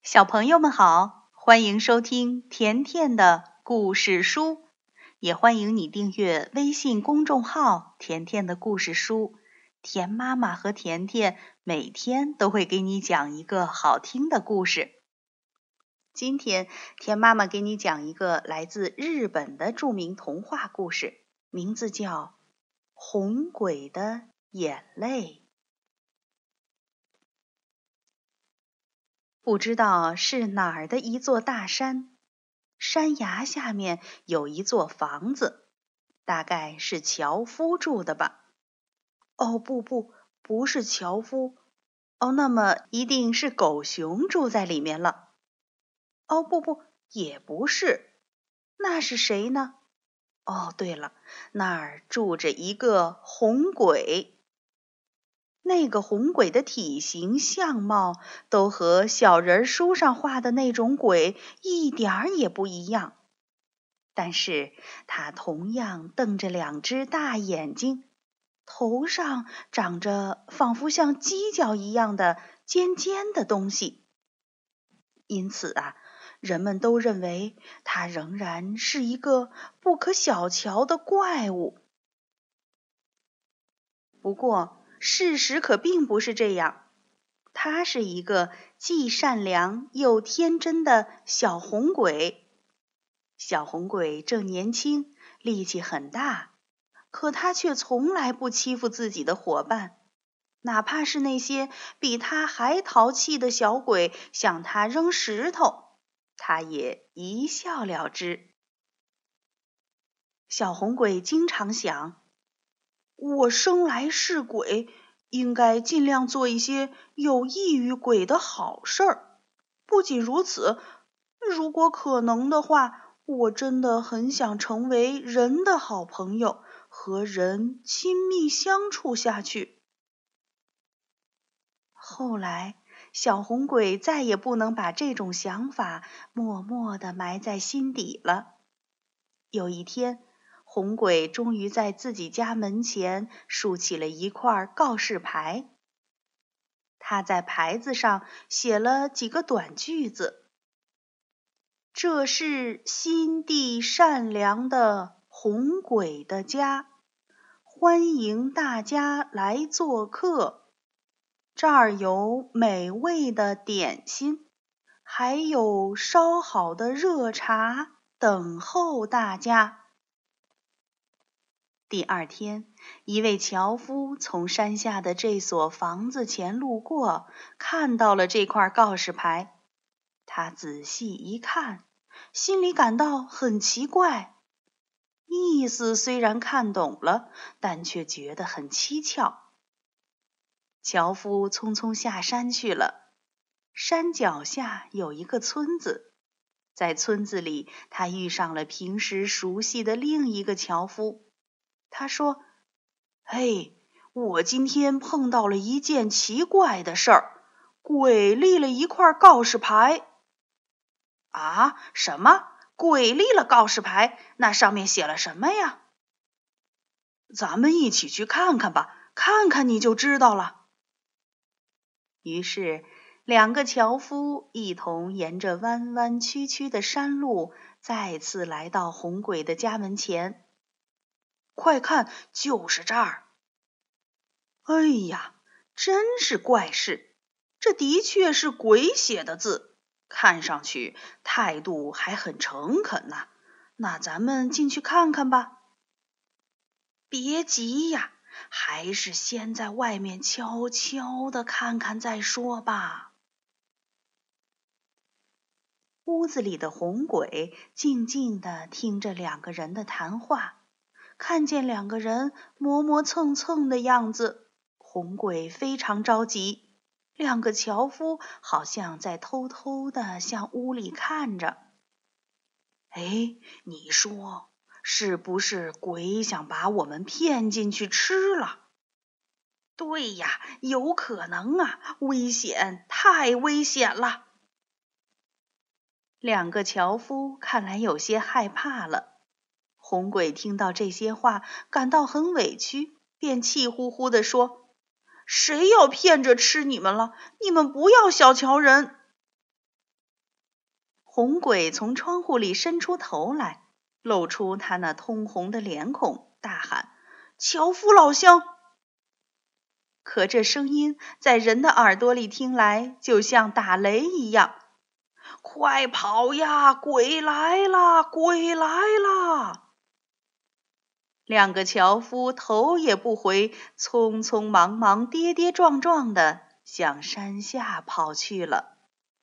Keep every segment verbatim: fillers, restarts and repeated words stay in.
小朋友们好，欢迎收听甜甜的故事书，也欢迎你订阅微信公众号甜甜的故事书。甜妈妈和甜甜每天都会给你讲一个好听的故事。今天甜妈妈给你讲一个来自日本的著名童话故事，名字叫《红鬼的眼泪》。不知道是哪儿的一座大山，山崖下面有一座房子，大概是樵夫住的吧。哦，不不，不是樵夫。哦，那么一定是狗熊住在里面了。哦，不不，也不是。那是谁呢？哦，对了，那儿住着一个红鬼。那个红鬼的体型相貌都和小人书上画的那种鬼一点儿也不一样，但是他同样瞪着两只大眼睛，头上长着仿佛像犄角一样的尖尖的东西，因此啊，人们都认为他仍然是一个不可小瞧的怪物。不过事实可并不是这样，他是一个既善良又天真的小红鬼。小红鬼正年轻，力气很大，可他却从来不欺负自己的伙伴，哪怕是那些比他还淘气的小鬼向他扔石头，他也一笑了之。小红鬼经常想，我生来是鬼，应该尽量做一些有益于鬼的好事儿。不仅如此，如果可能的话，我真的很想成为人的好朋友，和人亲密相处下去。后来，小红鬼再也不能把这种想法默默地埋在心底了。有一天，红鬼终于在自己家门前竖起了一块告示牌。他在牌子上写了几个短句子：这是心地善良的红鬼的家，欢迎大家来做客。这儿有美味的点心，还有烧好的热茶等候大家。第二天，一位樵夫从山下的这所房子前路过，看到了这块告示牌。他仔细一看，心里感到很奇怪，意思虽然看懂了，但却觉得很蹊跷。樵夫匆匆下山去了。山脚下有一个村子，在村子里，他遇上了平时熟悉的另一个樵夫。他说：嘿，我今天碰到了一件奇怪的事儿，鬼立了一块告示牌。啊，什么？鬼立了告示牌？那上面写了什么呀？咱们一起去看看吧，看看你就知道了。于是，两个樵夫一同沿着弯弯曲曲的山路，再次来到红鬼的家门前。快看，就是这儿！哎呀，真是怪事！这的确是鬼写的字，看上去态度还很诚恳呢。那咱们进去看看吧。别急呀，还是先在外面悄悄地看看再说吧。屋子里的红鬼静静地听着两个人的谈话。看见两个人磨磨蹭蹭的样子，红鬼非常着急。两个樵夫好像在偷偷地向屋里看着。哎，你说，是不是鬼想把我们骗进去吃了？对呀，有可能啊，危险，太危险了。两个樵夫看来有些害怕了。红鬼听到这些话，感到很委屈，便气呼呼地说：谁要骗着吃你们了？你们不要小瞧人。 红鬼从窗户里伸出头来，露出他那通红的脸孔，大喊：樵夫老乡！可这声音在人的耳朵里听来，就像打雷一样。快跑呀！鬼来啦！鬼来啦！两个樵夫头也不回，匆匆忙忙、跌跌撞撞地向山下跑去了。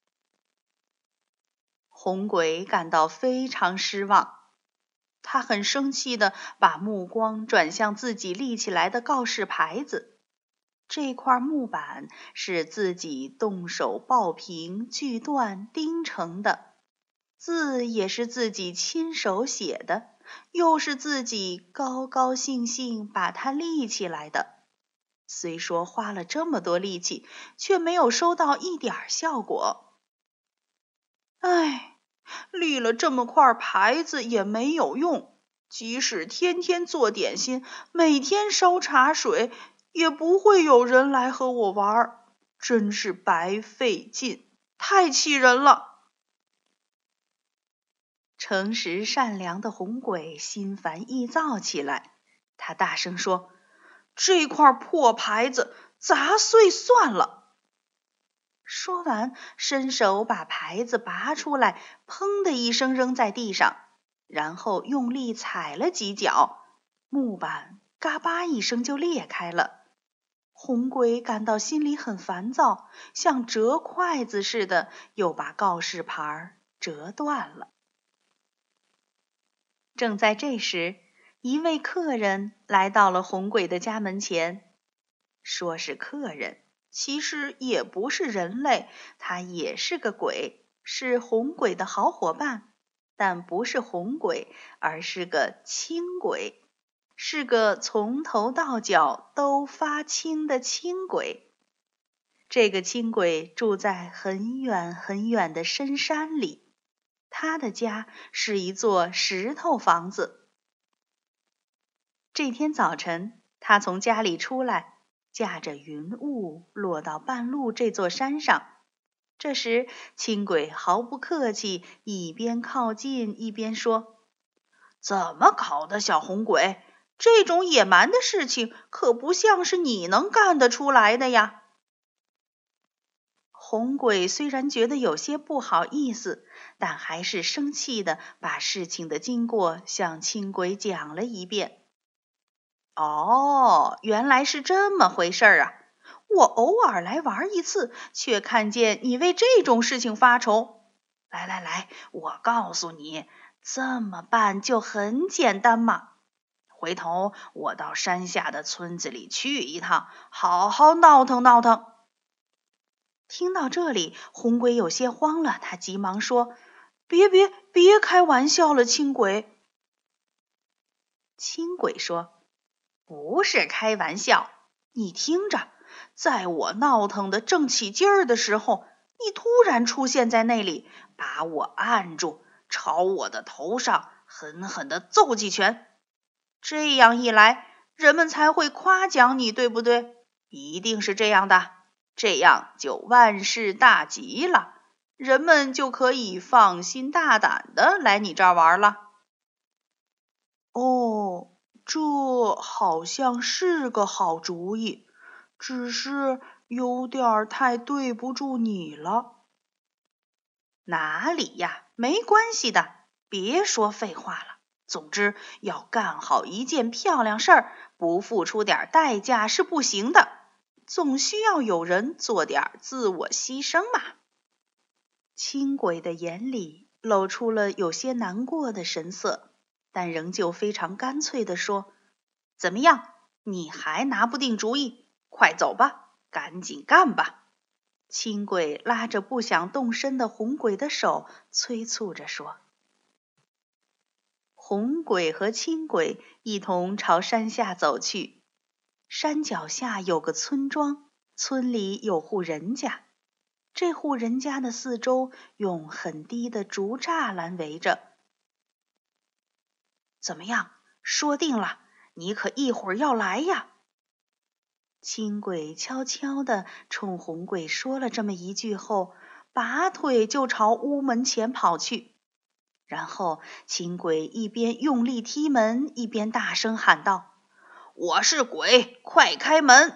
红鬼感到非常失望，他很生气地把目光转向自己立起来的告示牌子。这块木板是自己动手刨平、锯断、钉成的，字也是自己亲手写的，又是自己高高兴兴把它立起来的。虽说花了这么多力气，却没有收到一点效果。唉，立了这么块牌子也没有用，即使天天做点心，每天烧茶水，也不会有人来和我玩，真是白费劲，太气人了。诚实善良的红鬼心烦意躁起来，他大声说：这块破牌子砸碎算了。说完，伸手把牌子拔出来，砰的一声扔在地上，然后用力踩了几脚，木板嘎巴一声就裂开了。红鬼感到心里很烦躁，像折筷子似的，又把告示牌折断了。正在这时，一位客人来到了红鬼的家门前。说是客人，其实也不是人类，他也是个鬼，是红鬼的好伙伴，但不是红鬼，而是个青鬼，是个从头到脚都发青的青鬼。这个青鬼住在很远很远的深山里，他的家是一座石头房子。这天早晨，他从家里出来，驾着云雾落到半路这座山上。这时，青鬼毫不客气，一边靠近一边说：怎么搞的，小红鬼？这种野蛮的事情可不像是你能干得出来的呀。红鬼虽然觉得有些不好意思，但还是生气地把事情的经过向青鬼讲了一遍。哦，原来是这么回事啊！我偶尔来玩一次，却看见你为这种事情发愁。来来来，我告诉你，这么办就很简单嘛。回头我到山下的村子里去一趟，好好闹腾闹腾。听到这里，红鬼有些慌了，他急忙说：别别别开玩笑了，青鬼。青鬼说：不是开玩笑，你听着，在我闹腾的正起劲儿的时候，你突然出现在那里，把我按住，朝我的头上狠狠地揍几拳。这样一来，人们才会夸奖你，对不对？一定是这样的，这样就万事大吉了，人们就可以放心大胆的来你这儿玩了。哦，这好像是个好主意，只是有点太对不住你了。哪里呀，没关系的，别说废话了。总之，要干好一件漂亮事儿，不付出点代价是不行的，总需要有人做点自我牺牲嘛。青鬼的眼里露出了有些难过的神色，但仍旧非常干脆地说：怎么样，你还拿不定主意？快走吧，赶紧干吧。青鬼拉着不想动身的红鬼的手，催促着说。红鬼和青鬼一同朝山下走去。山脚下有个村庄，村里有户人家，这户人家的四周用很低的竹栅栏围着。怎么样，说定了，你可一会儿要来呀。青鬼悄悄地冲红鬼说了这么一句后， 拔腿就朝屋门前跑去。然后青鬼一边用力踢门，一边大声喊道：我是鬼，快开门！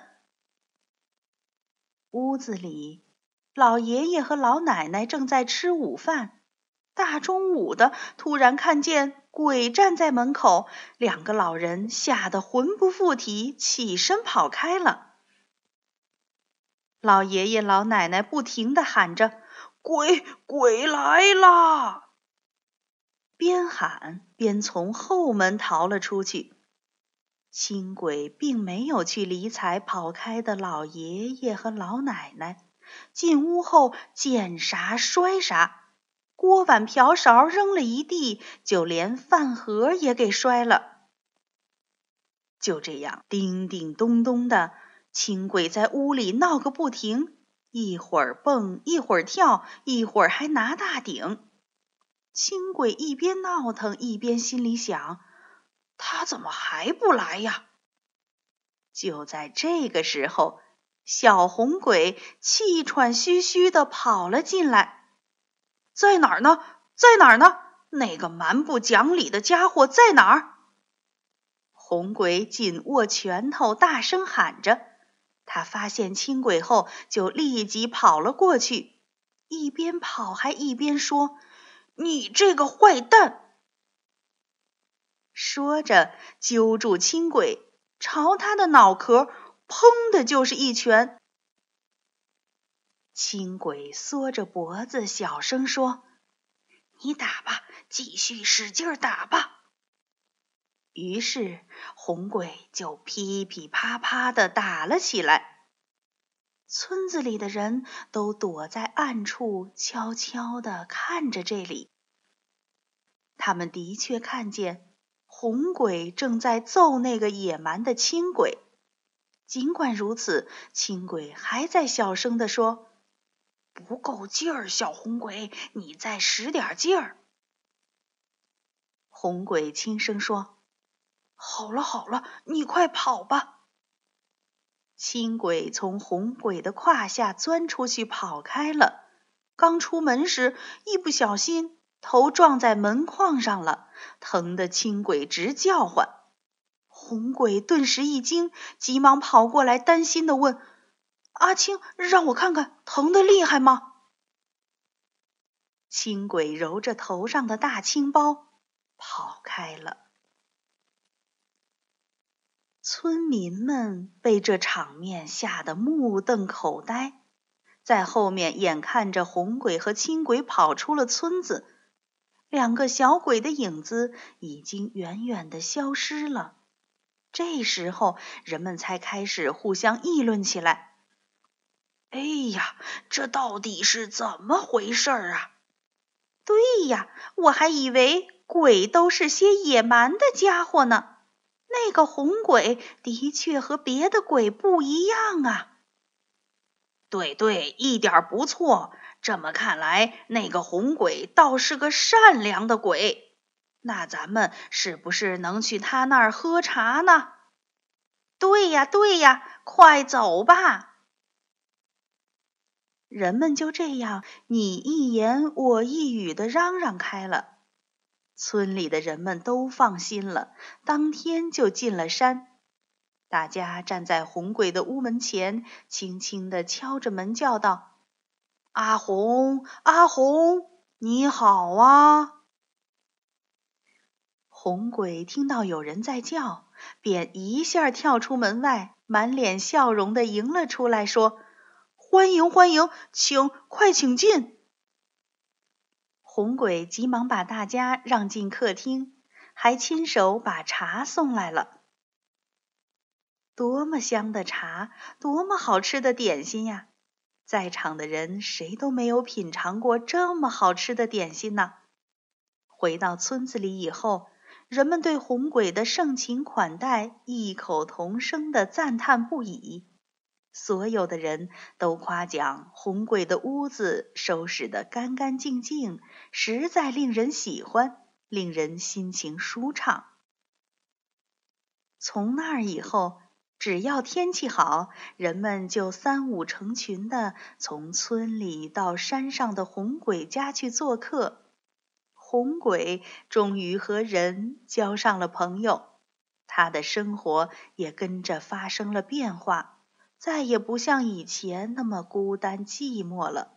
屋子里，老爷爷和老奶奶正在吃午饭。大中午的，突然看见鬼站在门口，两个老人吓得魂不附体，起身跑开了。老爷爷老奶奶不停地喊着：鬼，鬼来啦！边喊边从后门逃了出去。青鬼并没有去理睬跑开的老爷爷和老奶奶，进屋后见啥摔啥，锅碗瓢勺扔了一地，就连饭盒也给摔了。就这样叮叮咚咚的，青鬼在屋里闹个不停，一会儿蹦，一会儿跳，一会儿还拿大顶。青鬼一边闹腾，一边心里想：他怎么还不来呀？就在这个时候，小红鬼气喘吁吁地跑了进来。在哪儿呢？在哪儿呢？那个蛮不讲理的家伙在哪儿？红鬼紧握拳头，大声喊着。他发现青鬼后，就立即跑了过去，一边跑还一边说：你这个坏蛋！说着揪住青鬼，朝他的脑壳砰的就是一拳。青鬼缩着脖子小声说：你打吧，继续使劲打吧。于是红鬼就噼噼啪啪地打了起来。村子里的人都躲在暗处，悄悄地看着这里。他们的确看见红鬼正在揍那个野蛮的青鬼。尽管如此，青鬼还在小声地说：不够劲儿，小红鬼，你再使点劲儿。红鬼轻声说：好了好了，你快跑吧。青鬼从红鬼的胯下钻出去跑开了。刚出门时，一不小心头撞在门框上了，疼得青鬼直叫唤。红鬼顿时一惊，急忙跑过来，担心地问：阿青，让我看看，疼得厉害吗？青鬼揉着头上的大青包，跑开了。村民们被这场面吓得目瞪口呆，在后面眼看着红鬼和青鬼跑出了村子，两个小鬼的影子已经远远地消失了。这时候，人们才开始互相议论起来：哎呀，这到底是怎么回事啊？对呀，我还以为鬼都是些野蛮的家伙呢。那个红鬼的确和别的鬼不一样啊。对对，一点不错。这么看来，那个红鬼倒是个善良的鬼。那咱们是不是能去他那儿喝茶呢？对呀，对呀，快走吧。人们就这样你一言我一语地嚷嚷开了。村里的人们都放心了，当天就进了山。大家站在红鬼的屋门前，轻轻地敲着门叫道：阿红，阿红，你好啊！红鬼听到有人在叫，便一下跳出门外，满脸笑容地迎了出来，说：欢迎欢迎，请快请进。红鬼急忙把大家让进客厅，还亲手把茶送来了。多么香的茶，多么好吃的点心呀！在场的人谁都没有品尝过这么好吃的点心呢。回到村子里以后，人们对红鬼的盛情款待异口同声地赞叹不已。所有的人都夸奖红鬼的屋子收拾得干干净净，实在令人喜欢，令人心情舒畅。从那儿以后， 只要天气好，人们就三五成群地从村里到山上的红鬼家去做客。红鬼终于和人交上了朋友，他的生活也跟着发生了变化，再也不像以前那么孤单寂寞了。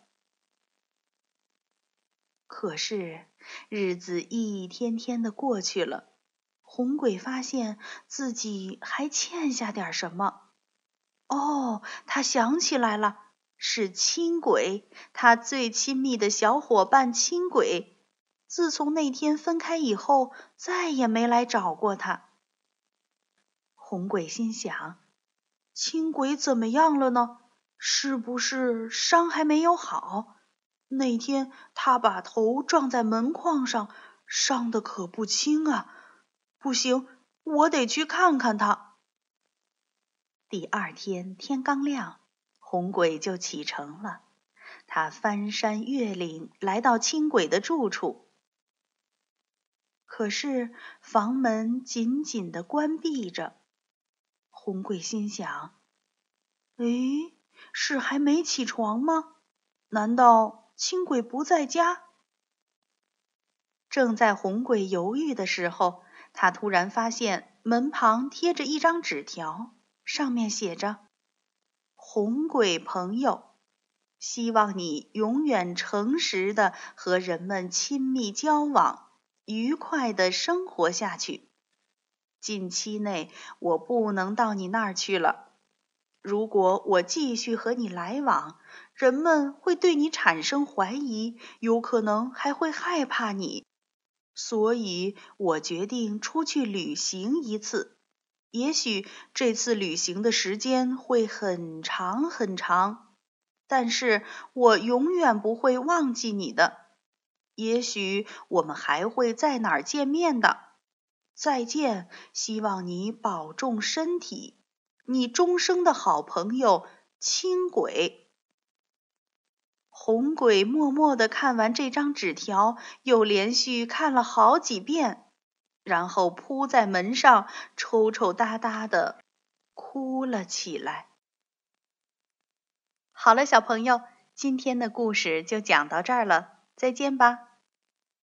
可是日子一天天的过去了，红鬼发现自己还欠下点什么。哦，他想起来了，是青鬼，他最亲密的小伙伴青鬼。自从那天分开以后，再也没来找过他。红鬼心想，青鬼怎么样了呢？是不是伤还没有好？那天他把头撞在门框上，伤得可不轻啊！不行，我得去看看他。第二天天刚亮，红鬼就启程了。他翻山越岭，来到青鬼的住处。可是房门紧紧地关闭着。红鬼心想，诶，是还没起床吗？难道青鬼不在家？正在红鬼犹豫的时候，他突然发现门旁贴着一张纸条，上面写着，红鬼朋友，希望你永远诚实地和人们亲密交往，愉快地生活下去。近期内我不能到你那儿去了。如果我继续和你来往，人们会对你产生怀疑，有可能还会害怕你。所以我决定出去旅行一次。也许这次旅行的时间会很长很长，但是我永远不会忘记你的。也许我们还会在哪儿见面的。再见，希望你保重身体。你终生的好朋友，青鬼。红鬼默默地看完这张纸条，又连续看了好几遍，然后扑在门上，抽抽搭搭地哭了起来。好了，小朋友，今天的故事就讲到这儿了，再见吧。